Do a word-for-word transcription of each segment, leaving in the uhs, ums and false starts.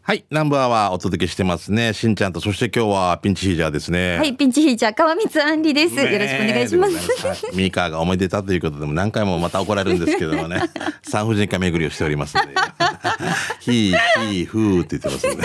はい、ナンバーはお届けしてますね。しんちゃんと、そして今日はピンチヒージャーですね。 はい、ピンチヒージャー川光あんりです、ね、よろしくお願いします。 ミーカーがおめでたということでも何回もまた怒られるんですけどもね産婦人科巡りをしておりますのでヒーヒーフーって言ってますので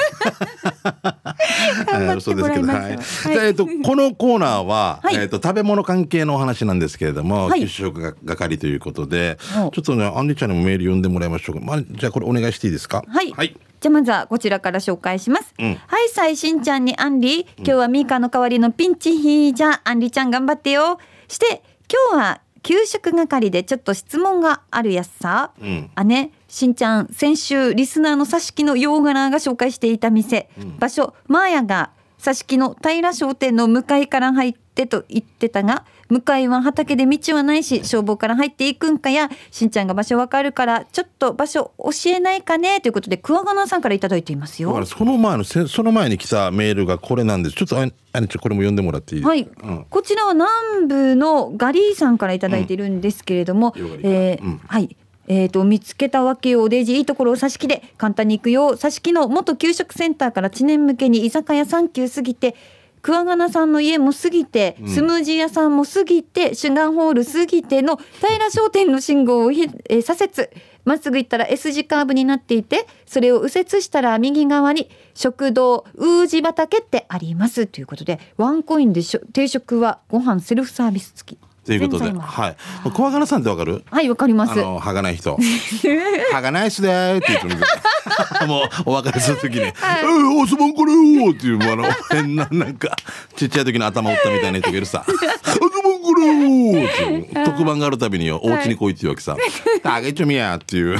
頑張ってもらいましょう。 はいはい、えーとこのコーナーは、はい、えーと食べ物関係のお話なんですけれども、はい、給食係ということで、ちょっとねアンリちゃんにもメール読んでもらいましょうか。まあ、じゃあこれお願いしていいですか。 はい、はい、じゃあまずはこちらから紹介します、うん、はいさいしんちゃんにアンリ、今日はミーカの代わりのピンチヒージャー、アンリちゃん頑張ってよ。して今日は給食係でちょっと質問があるやつさ、うん、あねしんちゃん先週リスナーの佐敷の洋柄が紹介していた店、うん、場所マーヤが佐敷の平商店の向かいから入ってと言ってたが、向かいは畑で道はないし消防から入っていくんかや、しんちゃんが場所わかるからちょっと場所教えないかねということで桑名さんからいただいていますよ。 だからその前のその前に来たメールがこれなんです。ちょっとああれちょこれも読んでもらっていい。 はい、うん、こちらは南部のガリーさんからいただいているんですけれども、うん、えーうん、はいえー、と見つけたわけよデイジーいいところを佐敷で簡単に行くよ。佐敷の元給食センターから知念向けに居酒屋さん級過ぎて桑名さんの家も過ぎて、うん、スムージー屋さんも過ぎてシュガーホール過ぎての平商店の信号を、えー、左折まっすぐ行ったら S 字カーブになっていて、それを右折したら右側に食堂ウージ畑ってありますということで、ワンコインで定食はご飯セルフサービス付きということで、はい。桑名さんってわかる？ はい、わかります。 あの歯がない人。歯がないっすねーって言ってる。もうお別れするときに、はい、えー、おすぼんこれよっていうあの変ななんかちっちゃい時の頭打ったみたいな人がいるさ。おすぼんこれよっていう特番があるたびにお家に来いっていうわけさ。あげちょみやっていう。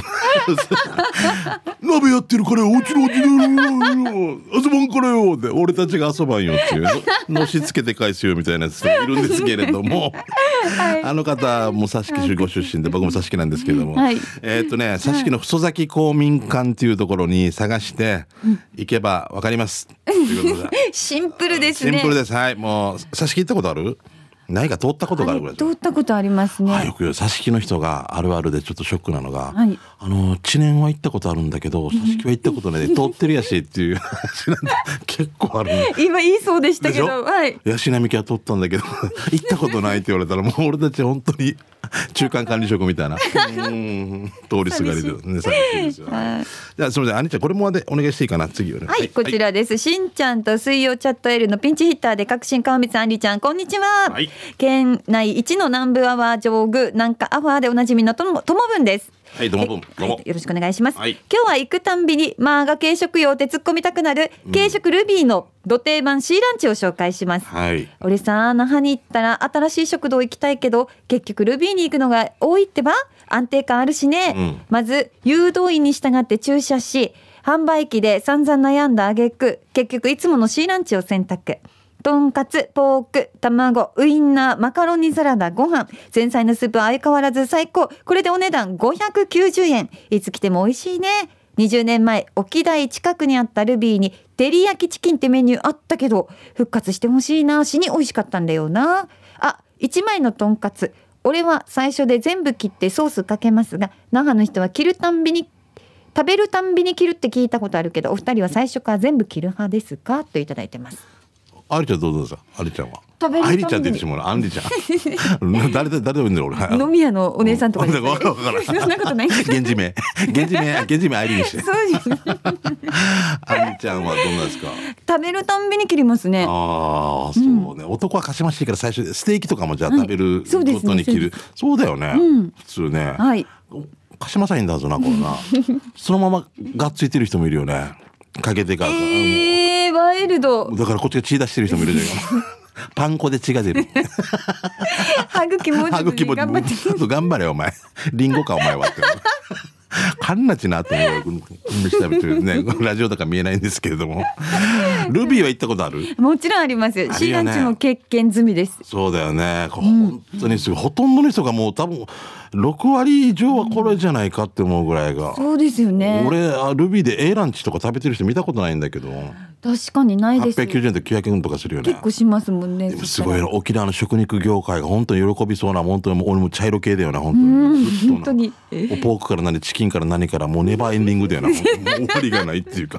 鍋やってるからお家のお家でおすぼんこれよって俺たちが遊ばんよっていうのしつけて返すよみたいなやつがいるんですけれども。はい、あの方も佐敷ご出身で、僕も佐敷なんですけれども、はい、えー、っとね佐敷の細崎公民館っていうところに探して行けばわかります、うん、ということでシンプルですね。 シンプルです。はい、もう佐敷行ったことある？ないか通ったことがあるぐらい、 はい、通ったことありますね、 はい、よく佐敷の人があるあるでちょっとショックなのが、はい、あの知念は行ったことあるんだけど佐敷は行ったことないで通ってるやしっていう話なんで結構ある。 今言いそうでしたけど、はい、 ヤシ並木は通ったんだけど行ったことないって言われたらもう俺たち本当に中間管理職みたいなうん通りすがりでね、寂しいですよ、はい、じゃあすみません、アニちゃんこれもお願いしていいかな。次はね、 はい、はい、こちらです、はい、しんちゃんと水曜チャット L のピンチヒッターで革新川光あんりちゃんこんにちは、はい、県内一の南部アワー上宮南下アワーでおなじみのともともぶんです。 はい、どうもどうも、はい、 よろしくお願いします、はい、今日は行くたんびにマーが軽食用って突っ込みたくなる、うん、軽食ルビーのど定番 C ランチを紹介します、はい、俺さ那覇に行ったら新しい食堂行きたいけど結局ルビーに行くのが多いってば安定感あるしね、うん、まず誘導員に従って駐車し販売機で散々悩んだ挙句結局いつもの C ランチを選択。とんかつ、ポーク、卵、ウインナー、マカロニサラダ、ご飯、前菜のスープは相変わらず最高。これでお値段ごひゃくきゅうじゅうえん。いつ来ても美味しいね。にじゅうねんまえ沖台近くにあったルビーに照り焼きチキンってメニューあったけど復活してほしいなしに美味しかったんだよなあ。いちまいのとんかつ、俺は最初で全部切ってソースかけますが那覇の人は切るたんびに食べるたんびに切るって聞いたことあるけどお二人は最初から全部切る派ですかといただいてます。 ありちゃんどうぞですか。ありちゃんはありちゃんって言ってしまうの。あんりちゃん誰で誰でもいいんだよ俺。 飲み屋のお姉さんとかです、ね、 分かる分かるそんなことない。 源氏名源氏名源氏名ありにして。 そうですありちゃんはどんなですか。 食べるたんびに切りますね。 ああそうね、うん、男はかしましいから最初ステーキとかもじゃあ食べることに切る、はい、そうだよね、うん、普通ね、はい、かしまさいんだぞなこれなそのままがっついてる人もいるよね。かけてから、 えー、ワイルドだからこっちが血出してる人もいるじゃんパン粉で血が出る歯茎もうちょっと頑張って頑張れお前リンゴかお前はってかんなちなと思う、ね、ラジオとか見えないんですけれどもルビーは行ったことある？ もちろんあります。シーランチも経験済みです。 そうだよね、うん、本当にすごいほとんどの人がもう多分ろくわり以上はこれじゃないかって思うぐらいが、 うん、そうですよね。 俺ルビーで A ランチとか食べてる人見たことないんだけど確かにないです。 はっぴゃくきゅうじゅうえんときゅうひゃくえんとかするよね。 結構しますもんね。 でもすごい沖縄の食肉業界が本当に喜びそうな、本当にもう俺も茶色系だよな本当に、うん、本当にポークから何チキンから何からもうネバーエンディングだよなもう終わりがないっていうか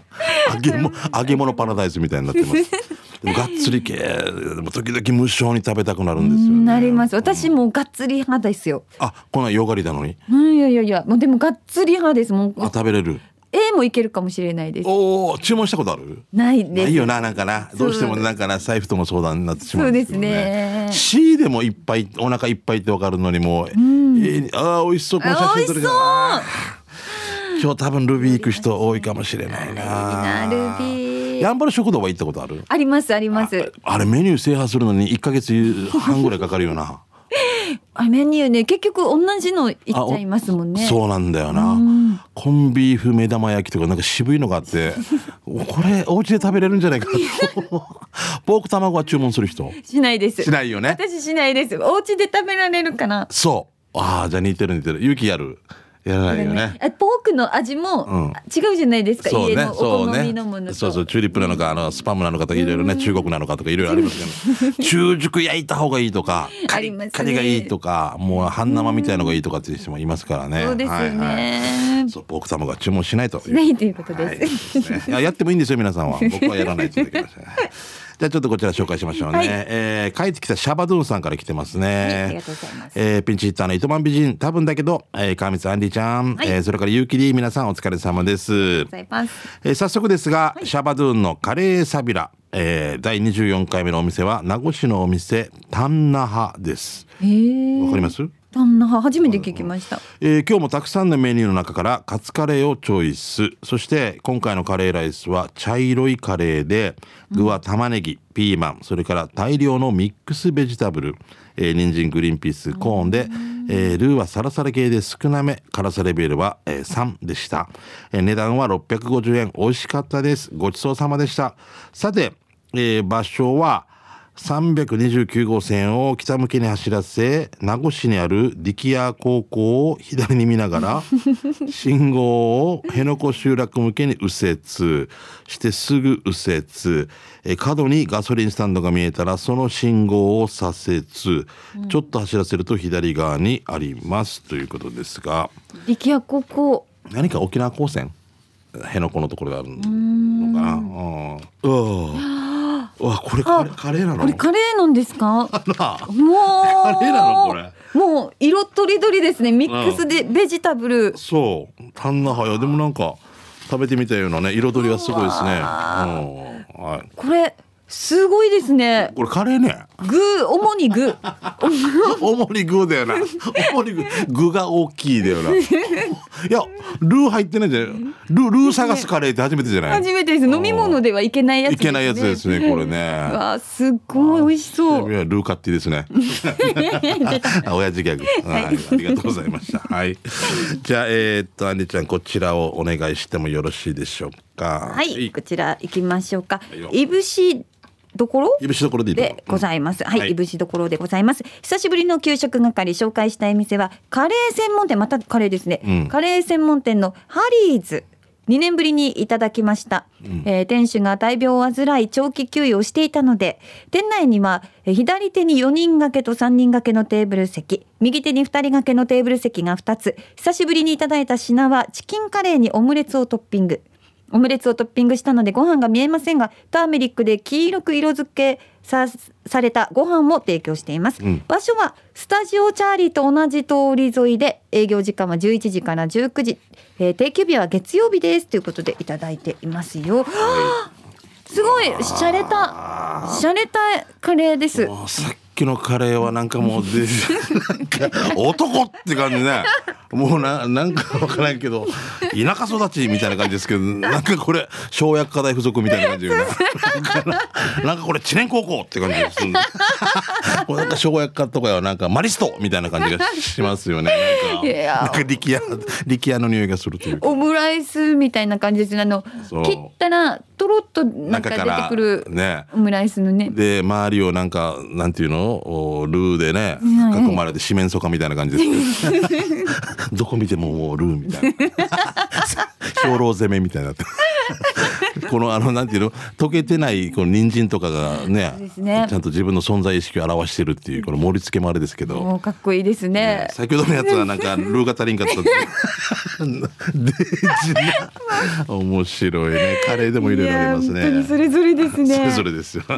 揚げも揚げ物パラダイスみたいになってますでもがっつり系でも時々無性に食べたくなるんですよね。 なります。私もがっつり派ですよ。 あ、こんなよがりなのに、 うん、いやいやいやもうでもがっつり派です。もうあ、食べれる。 A もいけるかもしれないです。 おお、注文したことある？ ないです。 ないよな、なんかな、どうしてもなんかな、財布とも相談になってしまうんですよね。 そうですね。 C でもいっぱいお腹いっぱいってわかるのにもう、うん、えー、あー美味しそう、この写真撮るじゃん。今日多分ルビー行く人多いかもしれないな。 ルビー。 やんばる食堂は行ったことある？ ありますあります。 あ, あれメニュー制覇するのにいっかげつはんぐらいかかるよな。 あ、メニューね、結局同じのいっちゃいますもんね。 そうなんだよな、うん、コンビーフ目玉焼きとかなんか渋いのがあってこれお家で食べれるんじゃないかポーク卵は注文する人？ しないです。 しないよね。 私しないです。お家で食べられるかな。 そう、ああ、じゃあ似てる似てる。ゆきやる？やらないよね。 ポークの味も違うじゃないですか、うん、家のお好みのものと。 そうそう、チューリップなのかあのスパムなのかとかいろいろね、中国なのかとかいろいろありますけど中熟焼いた方がいいとかカリッカリがいいとか、もう半生みたいのがいいとかっていう人もいますからね。 そうですね、はいはい、 そう、ポーク卵は注文しないという、 しないということです、 はい、ですね、やってもいいんですよ皆さんは。僕はやらないといけませんじゃあちょっとこちら紹介しましょうね、はい、えー、帰ってきたシャバドゥンさんから来てますね、 はい、ありがとうございます。 えー、ピンチヒッターの糸満美人多分だけど、えー、川光アンディちゃん、はい、えー、それからゆうきり皆さんお疲れ様です。 ありがとうございます。 えー、早速ですが、 はい、 シャバドゥンのカレーサビラ、えー、だいにじゅうよんかいめのお店は名護市のお店タンナハです。 えー、 わかります？ タンナハ初めて聞きました。 えー、今日もたくさんのメニューの中からカツカレーをチョイス。そして今回のカレーライスは茶色いカレーで、具は玉ねぎ、ピーマン、それから大量のミックスベジタブル、えー、人参、グリーンピース、コーンで、えー、ルーはサラサラ系で少なめ、辛さレベルは、えー、さんでした、えー、値段はろっぴゃくごじゅうえん。美味しかったです。ごちそうさまでした。さて、えー、場所はさんびゃくにじゅうきゅうごう線を北向きに走らせ、名護市にある力也高校を左に見ながら信号を辺野古集落向けに右折してすぐ右折、え角にガソリンスタンドが見えたらその信号を左折、うん、ちょっと走らせると左側にありますということですが、 力也高校何か沖縄高専辺野古のところがあるのかな。うん、うんわ、これカレー、カレーなの？ これカレーなんですか？もうカレーなのこれ？ もう色とりどりですね。ミックスでベジタブル、うん、 そうタンナハよ。でもなんか食べてみたようなね、彩りはすごいですね、うん、はい、 これすごいですね。 これカレーね。 具、主に具主に具だよな。主に具、具が大きいだよな。いや、ルー入ってないじゃん。ルー、ルー探すカレーって初めてじゃない？初めてです。飲み物ではいけないやつですね。 いけないやつですね、これね。 わ、すっごい美味しそう。 ルーカッティですね。親父ギャグ、はい、ありがとうございました。はい。じゃあ、えー、っとアンディちゃん、こちらをお願いしてもよろしいでしょうか？ はい、はい、こちら行きましょうか。いぶしどころいぶしどころでいいでございます、うん、はい、はい、いぶしどころでございます。久しぶりの給食係、紹介したい店はカレー専門店、またカレーですね、うん、カレー専門店のハリーズ、にねんぶりにいただきました、うん、えー、店主が大病を患い長期休養していたので、店内には左手によにん掛けとさんにん掛けのテーブル席、右手にふたり掛けのテーブル席がふたつ。久しぶりにいただいた品はチキンカレーにオムレツをトッピング。オムレツをトッピングしたのでご飯が見えませんが、ターメリックで黄色く色付け さ, されたご飯も提供しています、うん、場所はスタジオチャーリーと同じ通り沿いで、営業時間はじゅういちじからじゅうくじ、えー、定休日は月曜日ですということでいただいていますよ。すごい洒落た洒落たカレーです。 さっきのカレーはなんかもうでなんか男って感じね。もう な, なんか分からんけど田舎育ちみたいな感じですけど、なんかこれ小薬科大附属みたいな感じよね。なんかこれ知念高校って感じです。もうなんか小薬科とかはなんかマリストみたいな感じがしますよね。なんかなんか力也力也の匂いがするというか、 オムライスみたいな感じですね。あの切ったらとろっとなんか出てくるオムライスのね。 で周りをなんかなんていうのルーでね囲まれて四面楚歌みたいな感じです。どこ見てももうルーみたいな兵糧攻めみたいになってこのあのなんていうの溶けてないこの人参とかが ね, ねちゃんと自分の存在意識を表してるっていうこの盛り付けもあれですけど、 もうかっこいいです ね, ね先ほどのやつはなんかルーが足りんかったってデジな面白いね。カレーでもいろいろありますね。 本当にそれぞれですね。 それぞれですよ、はい、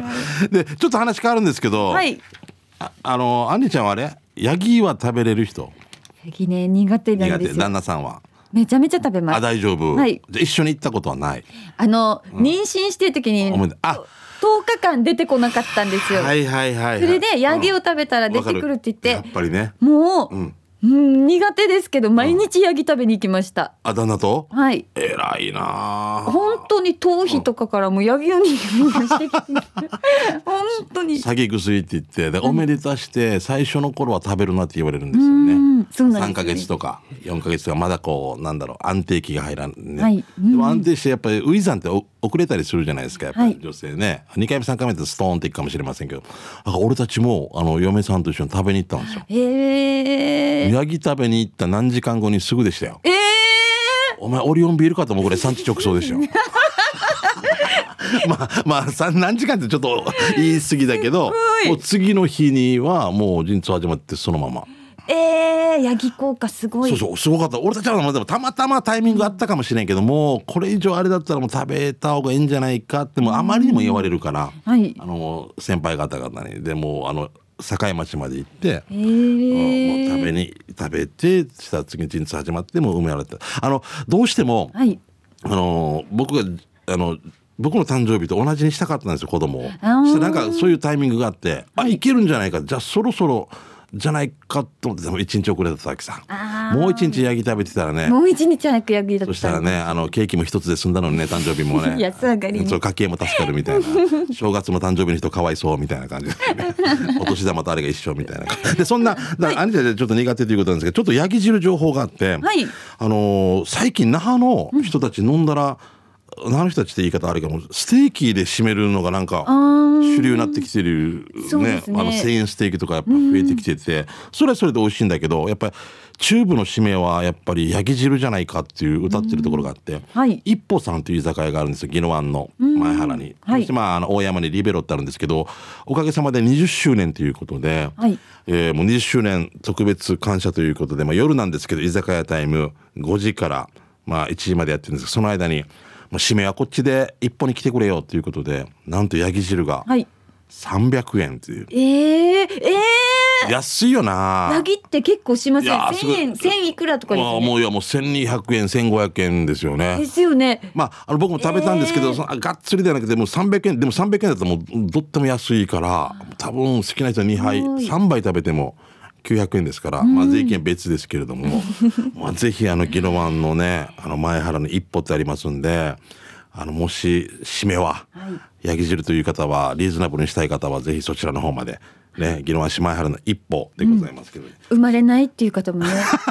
でちょっと話変わるんですけど、はい、あ, あのアンリちゃんはあれヤギは食べれる人？ ヤギね苦手なんですよ。 旦那さんはめちゃめちゃ食べます。 あ大丈夫、はい、じゃ一緒に行ったことはない？あの、うん、妊娠してる時にあとおかかん出てこなかったんですよ。 はいはいはい、はい、 それでヤギを食べたら出てくるって言って、うん、 やっぱりねもう、うんうん、苦手ですけど毎日ヤギ食べに行きました、 うん、あ旦那と？ はい。 偉いな。 本当に頭皮とかからもヤギをにしてきて本当に詐欺薬って言ってでおめでたして最初の頃は食べるなって言われるんですよね。うんそうなんですね。さんかげつとかよんかげつとかまだこうなんだろう安定期が入らんね、はいうん、でも安定してやっぱりウィザンって遅れたりするじゃないですかやっぱり女性ね、はい、にかいめさんかいめってストーンっていくかもしれませんけど俺たちもあの嫁さんと一緒に食べに行ったんですよ。 へーヤギ食べに行った何時間後にすぐでしたよ。 えー、 お前オリオンビールかともうこれ産地直送でしょまあまあ何時間ってちょっと言い過ぎだけどもう次の日にはもう陣痛始まってそのまま。 えー、ヤギ効果すごい。 そうそうすごかった。俺たちはでもたまたまタイミングあったかもしれんけどもこれ以上あれだったらもう食べた方がいいんじゃないかってもうあまりにも言われるから、 はい、 あの先輩方々にでもあの境町まで行って、 えー、 もう食べに食べてしたら次に陣痛始まってもう埋められた。あのどうしても、はい、あの僕があの僕の誕生日と同じにしたかったんですよ子供を。してなんかそういうタイミングがあって、はい、あいけるんじゃないかじゃあそろそろじゃないかと思ってでも一日遅れた時さもう一日ヤギ食べてたらねもう一日早くヤギだったそしたらねあのケーキも一つで済んだのにね誕生日もね安上がりねそう家計も助かるみたいな正月も誕生日の人かわいそうみたいな感じで、ね、お年玉とあれが一緒みたいなでそんなだから兄ちゃんちょっと苦手ということなんですけどちょっとヤギ汁情報があって、はい、あのー、最近那覇の人たち飲んだら、うん、那覇の人たちって言い方あるけどステーキで締めるのがなんか主流になってきてるね、あのせんえんステーキとかやっぱ増えてきてて、うん、それはそれで美味しいんだけどやっぱり中部の締めはやっぱりヤギ汁じゃないかっていう歌ってるところがあって、うんはい、一歩さんという居酒屋があるんですよ宜野湾の前原に、うんはい、そしてまああの大山にリベロってあるんですけどおかげさまでにじゅっしゅうねんということで、はいえー、もうにじゅっしゅうねん特別感謝ということで、まあ、夜なんですけど居酒屋タイムごじからまあいちじまでやってるんですけどその間にもう締めはこっちで一歩に来てくれよということでなんとヤギ汁がさんびゃくえんという、はい、えー、えー、安いよな。 ヤギって結構しません。せんえんせんいくらとかですね。 まあ、もういやもうせんにひゃくえんせんごひゃくえんですよね。 ですよね。 まあ、あの僕も食べたんですけど、えー、そのがっつりではなくてもうさんびゃくえんでもさんびゃくえんだともうどっても安いから多分好きな人はにはいさんばい食べてもきゅうひゃくえんですから、まあ、税金は別ですけれども、まあ、ぜひあの宜野湾のねあの前原の一歩ってありますんであのもし締めは、はい、ヤギ汁という方はリーズナブルにしたい方はぜひそちらの方までね宜野湾市前原の一歩でございますけど、ねうん、生まれないっていう方もね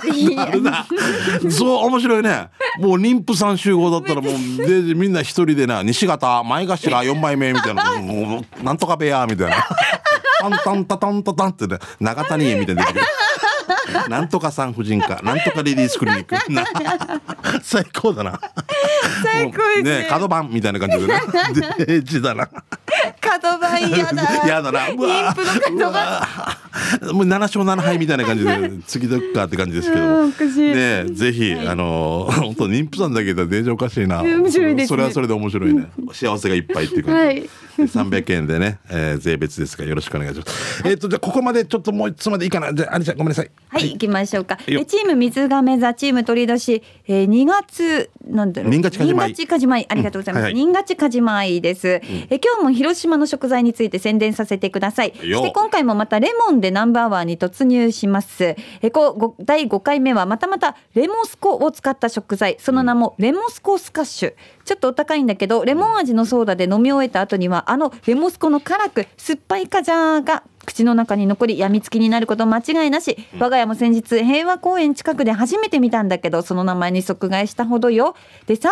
そう面白いね。もう妊婦さん集合だったらもうでみんな一人でな西方前頭よんまいめみたいなもうなんとか部屋みたいなタンタンタタンタタンってね長谷家みたいな出てくるなんとか産婦人科なんとかレディースクリニック最高だな最高ですね。 角番みたいな感じでねデージだな角番やだやだなうわ妊婦の角番もうななしょうななはいみたいな感じで次どっかって感じですけどもねぜひ、はい、あの本当妊婦さんだけどデージおかしいな面白いですね。 それはそれで面白いね幸せがいっぱいっていう感じ、はい、さんびゃくえんでね、えー、税別ですからよろしくお願いします、はい、えっ、ー、とじゃあここまでちょっともういつまでいいかな。じゃあアニちゃんごめんなさい。 はい、はい、行きましょうか。えチーム水亀座チーム鳥年、えー、にがつなんだろう新勝かじまい新勝かじまいありがとうございます、うんはいはい、新勝かじまいです、うん、え今日も広島の食材について宣伝させてください。そして今回もまたレモンでナンバーワンに突入します。えこだいごかいめはまたまたレモスコを使った食材その名もレモスコスカッシュ。ちょっとお高いんだけどレモン味のソーダで飲み終えた後にはあのレモスコの辛く酸っぱいカジャーが口の中に残りやみつきになること間違いなし。我が家も先日平和公園近くで初めて見たんだけどその名前に即買いしたほどよ。でさ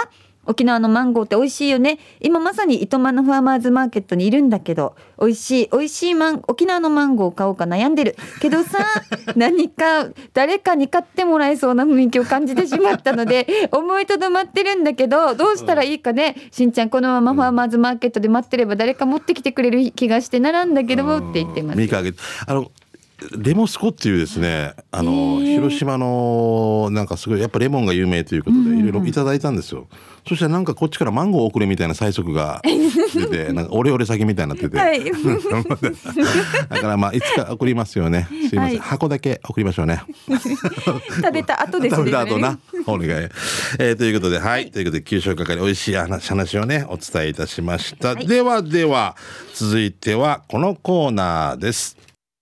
沖縄のマンゴーって美味しいよね。今まさに糸満のファーマーズマーケットにいるんだけど、美味しい美味しいマン沖縄のマンゴーを買おうか悩んでるけどさ何か誰かに買ってもらえそうな雰囲気を感じてしまったので思いとどまってるんだけど、どうしたらいいかね、うん、しんちゃんこのままファーマーズマーケットで待ってれば誰か持ってきてくれる気がしてならんだけどって言ってます。 ミカあのレモスコっていうですね、あの広島のなんかすごいやっぱレモンが有名ということでいろいろいただいたんですよ、うんうん、そしたらなんかこっちからマンゴー送れみたいな催促が出てなんかオレオレ先みたいになってて、はい、だからまあいつか送りますよね。すいません、はい、箱だけ送りましょうね食べた後ですね。 食べた後なお願い、えー、ということで、はい、はい、ということで給食係美味しい話、話をねお伝えいたしました、はい、ではでは続いてはこのコーナーです。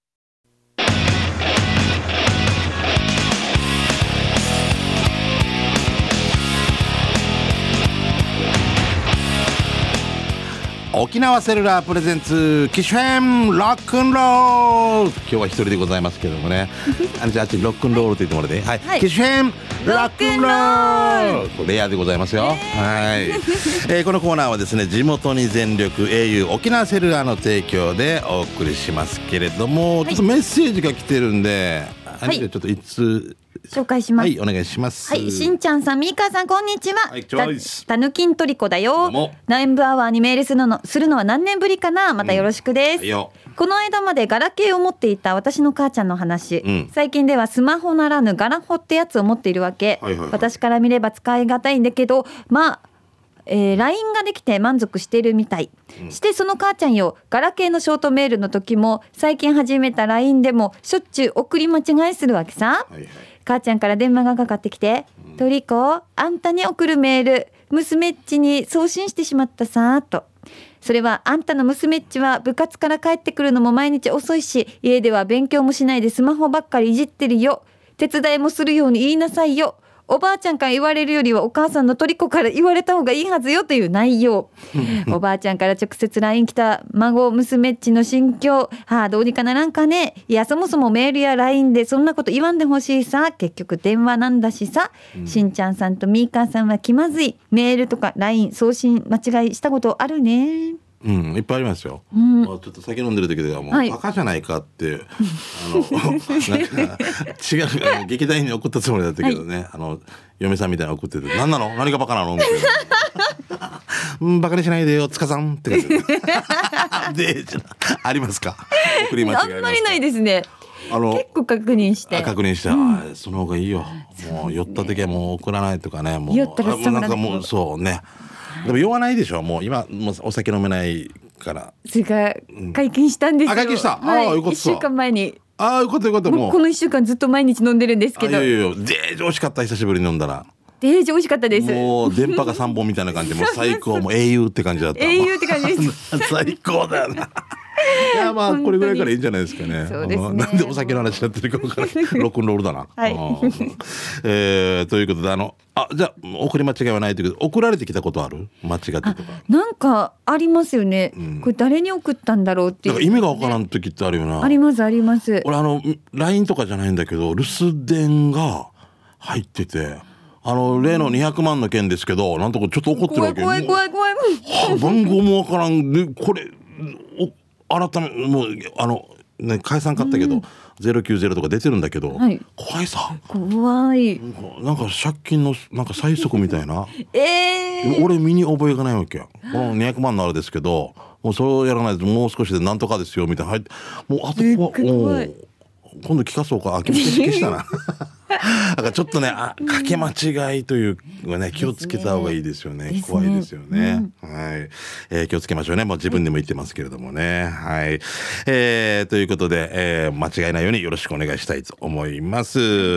沖縄セルラープレゼンツ機種編ロックンロール。今日は一人でございますけどもねあのじゃああっちロックンロールと言ってもらって、はい、はい、機種編ロックンロールレアでございますよ、えー、はい、えー、このコーナーはですね地元に全力 エーユー 沖縄セルラーの提供でお送りしますけれども、はい、ちょっとメッセージが来てるんで、はい、ちょっといつ紹介します。 はい、お願いします。 はい、しんちゃんさん、みーかーさん、こんにちは。 はい、 たぬきんとりこだよ。南部アワーにメールするのするのは何年ぶりかな。またよろしくです、うん、はい、この間までガラケーを持っていた私の母ちゃんの話、うん、最近ではスマホならぬガラホってやつを持っているわけ、はいはいはい、私から見れば使い難いんだけど、まあえー、ライン ができて満足しているみたい、うん、してその母ちゃんよ、ガラケーのショートメールの時も最近始めた ライン でもしょっちゅう送り間違いするわけさ、はいはい、母ちゃんから電話がかかってきて、うん、トリコあんたに送るメール娘っちに送信してしまったさと。それはあんたの娘っちは部活から帰ってくるのも毎日遅いし、家では勉強もしないでスマホばっかりいじってるよ、手伝いもするように言いなさいよ、おばあちゃんから言われるよりはお母さんのトリコから言われた方がいいはずよという内容おばあちゃんから直接 ライン 来た孫娘っちの心境、はあ、どうにかならんかね。いやそもそもメールや ライン でそんなこと言わんでほしいさ、結局電話なんだしさ、うん、しんちゃんさんとみーかーさんは気まずいメールとか ライン 送信間違いしたことあるね。 うん、いっぱいありますよ、うん、もうちょっと酒飲んでる時ではもう、はい、バカじゃないかってあのなんか違う劇団に送ったつもりだったけどね、はい、あの嫁さんみたいなの送ってて、何なの何がバカなのみたいなうんバカにしないでよつかさんって感じでありますか。送り間違いありますか。あんまりないですね。あの結構確認して確認して、うん、その方がいいよ、もう酔った時はもう送らないとかね、もう酔ったらなんかもうそうね、でも酔わないでしょ、もう今もうお酒飲めないから。 それから解禁したんですよ、うん、 あ解禁した、はい、ああよかった。いっしゅうかんまえにああよかったよかった。もうこのいっしゅうかんずっと毎日飲んでるんですけど、 いやいやいやデージ美味しかった。久しぶりに飲んだらデージ美味しかったです。 もう電波がさんぼんみたいな感じでもう最高もう英雄って感じだった。 英雄って感じです最高だよな。いやまあこれぐらいからいいんじゃないですかね。 そうですね。 なんでお酒の話になってるか分からないロックンロールだな、 はい、 えー、ということであのあじゃあ送り間違いはないというけど送られてきたことある間違ってとかなんかありますよね、うん、これ誰に送ったんだろうっていう、 ね、なんか意味が分からん時ってあるよな。 ありますあります。 俺あの ライン とかじゃないんだけど留守電が入ってて、あの例のにひゃくまんの件ですけどなんとかちょっと怒ってるわけ。 怖い怖い怖い怖い、 はあ、番号もわからんでこれお改めもうあの、ね、解散買ったけど、うん、ゼロきゅうゼロとか出てるんだけど、はい、怖いさ怖いなんか、なんか借金のなんか催促みたいなえー、 俺身に覚えがないわけよ。このにひゃくまんのあれですけどもうそれをやらないともう少しでなんとかですよみたいな入ってもうあとは怖い今度聞かそうか。あ消したなだからちょっとねあかけ間違いというのはね気をつけた方がいいですよ ね, ね怖いですよね、うん、はい、えー、気をつけましょうね。もう自分でも言ってますけれどもね、はい、えー、ということで、えー、間違いないようによろしくお願いしたいと思います。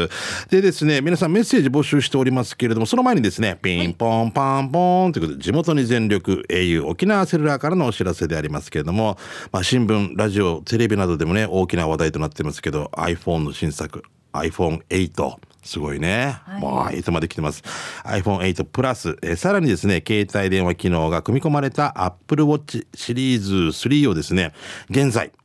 でですね皆さんメッセージ募集しておりますけれどもその前にですねピンポンパンポンということで地元に全力 エーユー 沖縄セルラーからのお知らせでありますけれども、まあ、新聞ラジオテレビなどでもね大きな話題となってますけど iPhone の新作アイフォンエイト すごいね、はい、もうはちまで来てます。 アイフォンエイト プラス、えー、さらにですね携帯電話機能が組み込まれた Apple Watch シリーズスリーをですね現在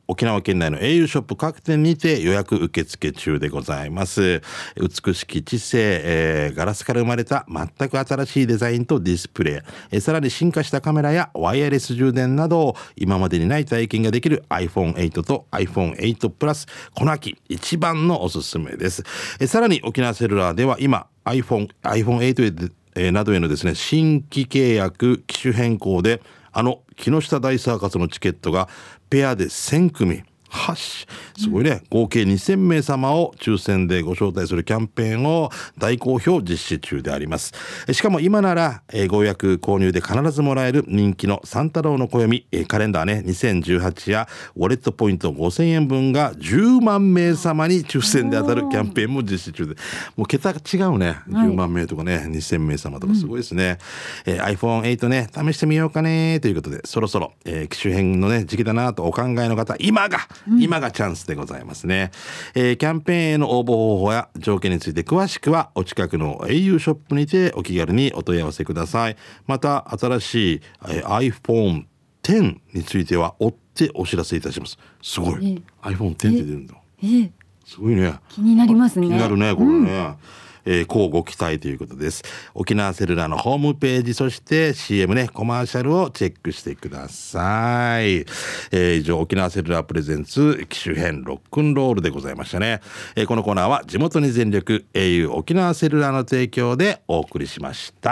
沖縄県内の エーユー ショップ各店にて予約受付中でございます。美しき知性、えー、ガラスから生まれた全く新しいデザインとディスプレイ、えー、さらに進化したカメラやワイヤレス充電など今までにない体験ができる アイフォンエイト と アイフォンエイトプラス、この秋一番のおすすめです。えー、さらに沖縄セルラーでは今 iPhone、アイフォンエイト でえー、などへのですね新規契約機種変更であの木下大サーカスのチケットがペアでせんくみ、はしすごいね、合計にせんめい様を抽選でご招待するキャンペーンを大好評実施中であります。しかも今なら、えー、ご予約購入で必ずもらえる人気のサンタロウの暦、えー、カレンダーねにせんじゅうはちやウォレットポイントごせんえんぶんがじゅうまんめい様に抽選で当たるキャンペーンも実施中で、もう桁が違うね、じゅうまんめいとかね、はい、にせんめい様とかすごいですね。うん、えー、アイフォンエイト ね試してみようかねということで、そろそろ、えー、機種変のね時期だなとお考えの方、今が今がチャンスでございますね。えー、キャンペーンへの応募方法や条件について詳しくはお近くの エーユー ショップにてお気軽にお問い合わせください。また新しい、えー、アイフォンテン については追ってお知らせいたします。すごい、え アイフォンテン って出るんだ。 えー、 すごいね。 気になりますね。 気になるねこれね。うんえー、こうご期待ということです。沖縄セルラーのホームページ、そして シーエム ねコマーシャルをチェックしてください。えー、以上沖縄セルラープレゼンツ機種編ロックンロールでございましたね。えー、このコーナーは地元に全力 エーユー 沖縄セルラーの提供でお送りしました。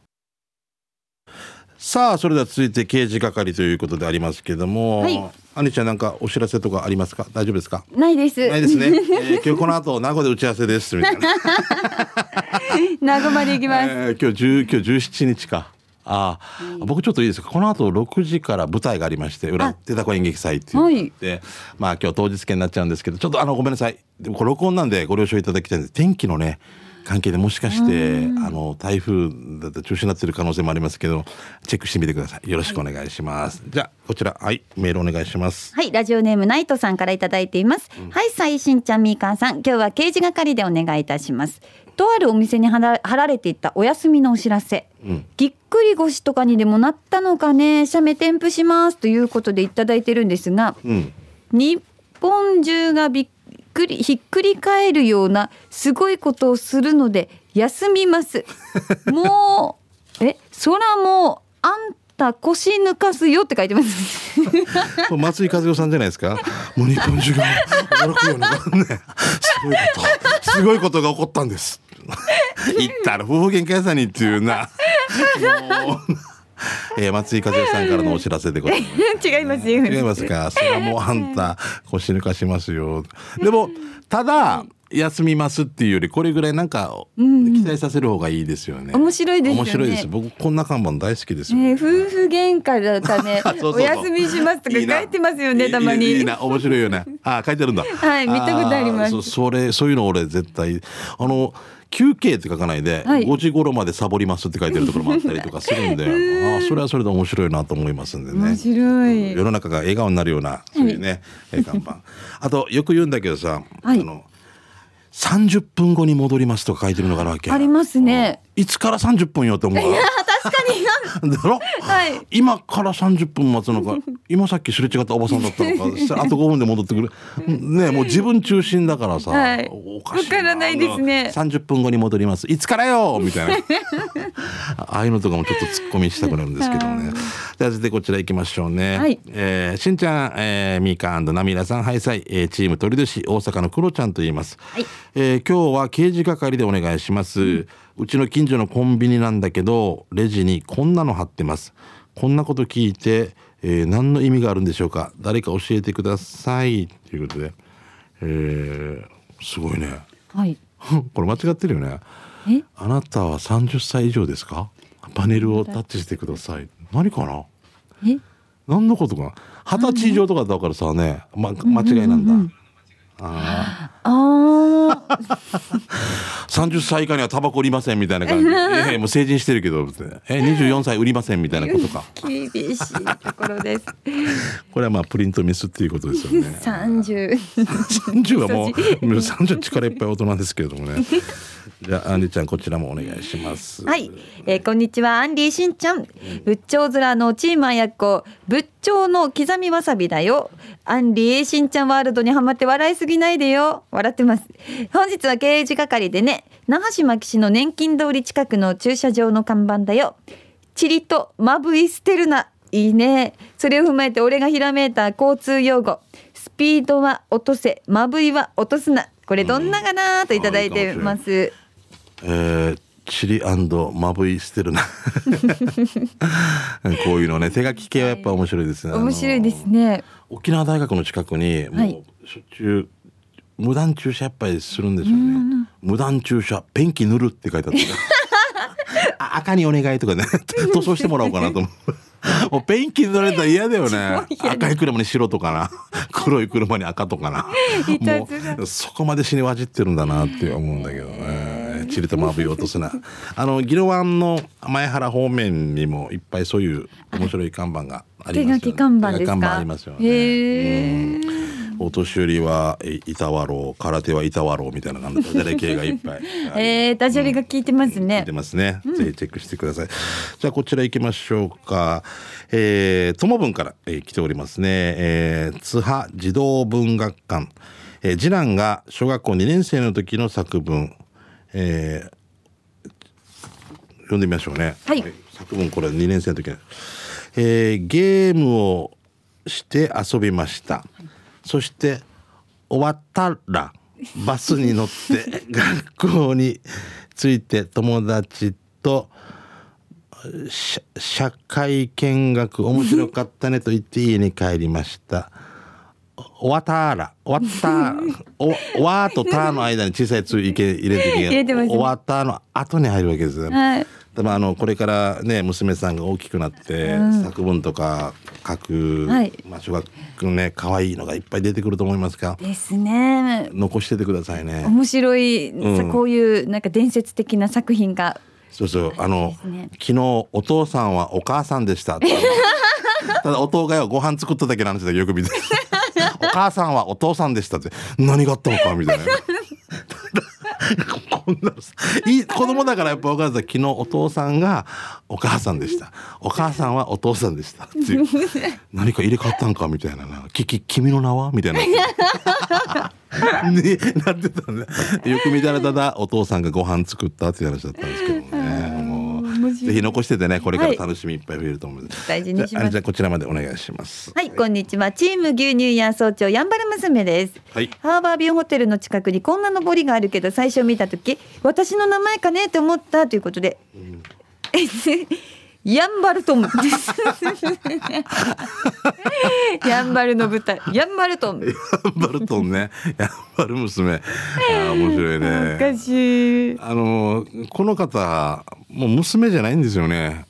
さあそれでは続いて刑事係ということでありますけども、はい、アニちゃんなんかお知らせとかありますか？大丈夫ですか？ ないです。 ないですね。えー、今日この後名護で打ち合わせですみたいな。 名護まで行きます。 えー、今日じゅう今日じゅうしちにちか。ああ、うん、僕ちょっといいですか？この後ろくじから舞台がありまして、裏手凧演劇祭っていうので、はい、まあ今日当日券になっちゃうんですけど、ちょっとあのごめんなさい。でもこれ録音なんでご了承いただきたいんです。天気のね関係でもしかしてあの台風だって中止になっている可能性もありますけど、チェックしてみてください。よろしくお願いします。はい、じゃあこちら、はい、メールお願いします。 はい、ラジオネームナイトさんからいただいています。うん、はい、さいしんちゃんみーかんさん、今日は刑事係でお願いいたします。とあるお店に貼ら、貼られていたお休みのお知らせ、うん、ぎっくり腰とかにでもなったのかね、写メ添付しますということでいただいてるんですが、うん、日本中がびっくりひっくり返るようなすごいことをするので休みますもうえそらもうあんた腰抜かすよって書いてます松井和代さんじゃないですか。もう日本中が驚くような、ね、すごいことすごいことが起こったんです言ったら夫婦喧嘩屋さんにっていうなもうえー、松井和代さんからのお知らせでございます、ね、 違いますよ。 違いますか。それはもうあんた腰抜かしますよ。でもただ休みますっていうよりこれぐらいなんか期待させる方がいいですよね。 面白いですよね。 面白いです。僕こんな看板大好きですよ、 ね、夫婦喧嘩だったねそうそうそうお休みしますとか書いてますよね。いいたまにいいな、面白いよね。あ、書いてるんだはい、見たことあります。 そ, それそういうの俺絶対あの休憩って書かないで、はい、ごじ頃までサボりますって書いてるところもあったりとかするんであ、それはそれで面白いなと思いますんでね。 面白い。 世の中が笑顔になるようなそういうね、はい、看板あとよく言うんだけどさ、はい、あのさんじゅっぷんごに戻りますとか書いてるのがあるわけ。 ありますね。 いつからさんじゅっぷんよって思う。いや確かにだろ、はい、今からさんじゅっぷん待つのか今さっきすれ違ったおばさんだったのかあとごふんで戻ってくるね、もう自分中心だからさ、はい、おかしいな。わからないですね。さんじゅっぷんごに戻りますいつからよみたいなああいうのとかもちょっとツッコミしたくなるんですけどもね。じゃあ続いてこちら行きましょうね。はい、えー、しんちゃん、えー、みーかん&なみらさん、ハイサイ、えー、チーム鳥年大阪のクロちゃんと言います。はい、えー、今日は刑事係でお願いします。うん、うちの近所のコンビニなんだけどレジにこんなの貼ってます。こんなこと聞いて、えー、何の意味があるんでしょうか。誰か教えてくださいということで、えー、すごいね。はい、これ間違ってるよね。えあなたはさんじゅっさい以上ですか。パネルをタッチしてください。何かな。え何のことかな。はたち以上とかだからさね、ま、間違いなんだ。うんうんうん、ああさんじゅっさい以下にはタバコ売りませんみたいな感じで、えー、もう成人してるけど、えー、にじゅうよんさい売りませんみたいなことか。 厳しいところですこれはまあプリントミスっていうことですよね。 さんじゅうさんじゅうはもうさんじゅう力いっぱい大人ですけれどもねじゃあアンリーちゃんこちらもお願いします。 はい、えー、こんにちは、アンリーしんちゃん。仏頂面のチームあやっこ、仏頂の刻みわさびだよ。アンリーしんちゃんワールドにハマって笑いすぎないでよ。笑ってます。本日は刑事係でね、那覇市牧市の年金通り近くの駐車場の看板だよ。チリとまぶい捨てるな。いいね。それを踏まえて俺がひらめいた交通用語、スピードは落とせ、まぶいは落とすな。これどんなかなといただいてます。うん、 えー、チリ&まぶい捨てるなこういうのね、手書き系はやっぱ面白いですね。 面白いですね。 沖縄大学の近くにもうしょっちゅう無断駐車やっぱりするんですよね。無断駐車ペンキ塗るって書いてあった赤にお願いとかね塗装してもらおうかなと思うもうペンキ塗られたら嫌だよね。赤い車に白とかな黒い車に赤とかなもうそこまで死にわじってるんだなって思うんだけどね。チリとまぶい落とすな。あの宜野湾の前原方面にもいっぱいそういう面白い看板がありますよね。 手書き看板ですか。 手書き看板ありますよね。へー。お年寄りはいたわろう、空手はいたわろうみたいな感じでダジャレ系がいっぱいえー、ダジャレが効いてますね。 効いてますね、うん、ぜひチェックしてください。じゃあこちら行きましょうか。えー、ともぶんから、えー、来ておりますね。えー、津波児童文学館、えー、次男が小学校にねん生の時の作文、えー、読んでみましょうね。 はい、 作文これにねん生の時の、えー、ゲームをして遊びました。そして終わったらバスに乗って学校に着いて友達と社会見学面白かったねと言って家に帰りました。終わったら終わったおわーとたの間に小さいつ入れて入れて、ね、終わったの後に入るわけですよ、はい。でもあのこれからね娘さんが大きくなって、うん、作文とか書く、はい、まあ、小学のね可愛いのがいっぱい出てくると思いますがですね。 残しててくださいね。 面白い、うん、こういうなんか伝説的な作品が。 そうそうあの、ね、昨日お父さんはお母さんでしたただお父がよご飯作っただけなんですよよく見てお母さんはお父さんでしたって何があったのかみたいなこんないい子供だからやっぱ分かるんです。昨日お父さんがお母さんでした、お母さんはお父さんでしたっていう何か入れ替わったんかみたいなな、きき君の名はみたいなになってたんで、よく見たらただお父さんがご飯作ったっていう話だったんですけどね。もうぜひ残しててね、これから楽しみいっぱい増えると思うので、はい、大事にします。じゃあこちらまでお願いします。 はい、こんにちは。チーム牛乳屋総長やんばる娘です、はい、ハーバービューホテルの近くにこんな上りがあるけど最初見た時私の名前かねって思ったということで、うん、やんばるトンですやんばるの舞台やんばるトンやんばるトンねやんばる娘、あ面白いね。 おかしい。 あのこの方もう娘じゃないんですよね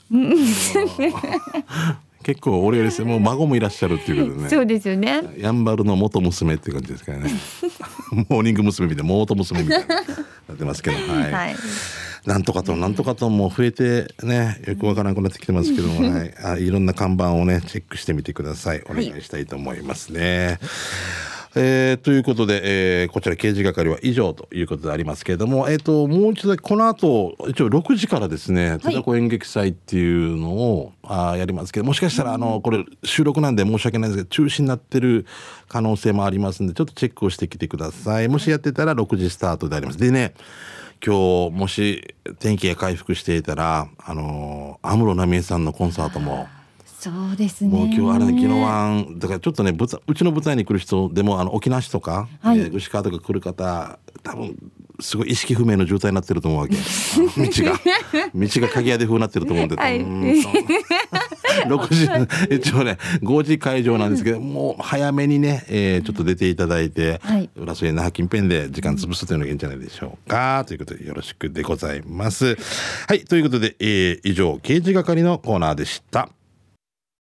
結構俺よりもう孫もいらっしゃるっていうことでね。 そうですよね。 やんばるの元娘っていう感じですからねモーニング娘みたいな元娘みたいななってますけど、はい、はい、なんとかとなんとかとも増えてね、よくわからなくなってきてますけども、はい、あいろんな看板をねチェックしてみてください。お願いしたいと思いますね、はい。えー、ということで、えー、こちら刑事係は以上ということでありますけれども、えー、ともう一度だけこの後一応ろくじからですね手だこ演劇祭っていうのをあやりますけど、もしかしたらあのこれ収録なんで申し訳ないですけど中止になってる可能性もありますんで、ちょっとチェックをしてきてください。もしやってたらろくじスタートであります。でね、今日もし天気が回復していたらあの安室奈美恵さんのコンサートもそうですね。 もう今日あれね、宜野湾だからちょっとねぶうちの舞台に来る人でもあの沖縄市とか、はい、えー、牛川とか来る方多分すごい意識不明の状態になってると思うわけ道が道が鍵屋で風になってると思うんで、はい、うんろくじ一応ねごじ会場なんですけど、もう早めにね、えー、ちょっと出ていただいて、はい、浦添那覇近辺で時間潰すというのがいいんじゃないでしょうか、ということでよろしくでございます。はい、ということで、えー、以上刑事係のコーナーでした。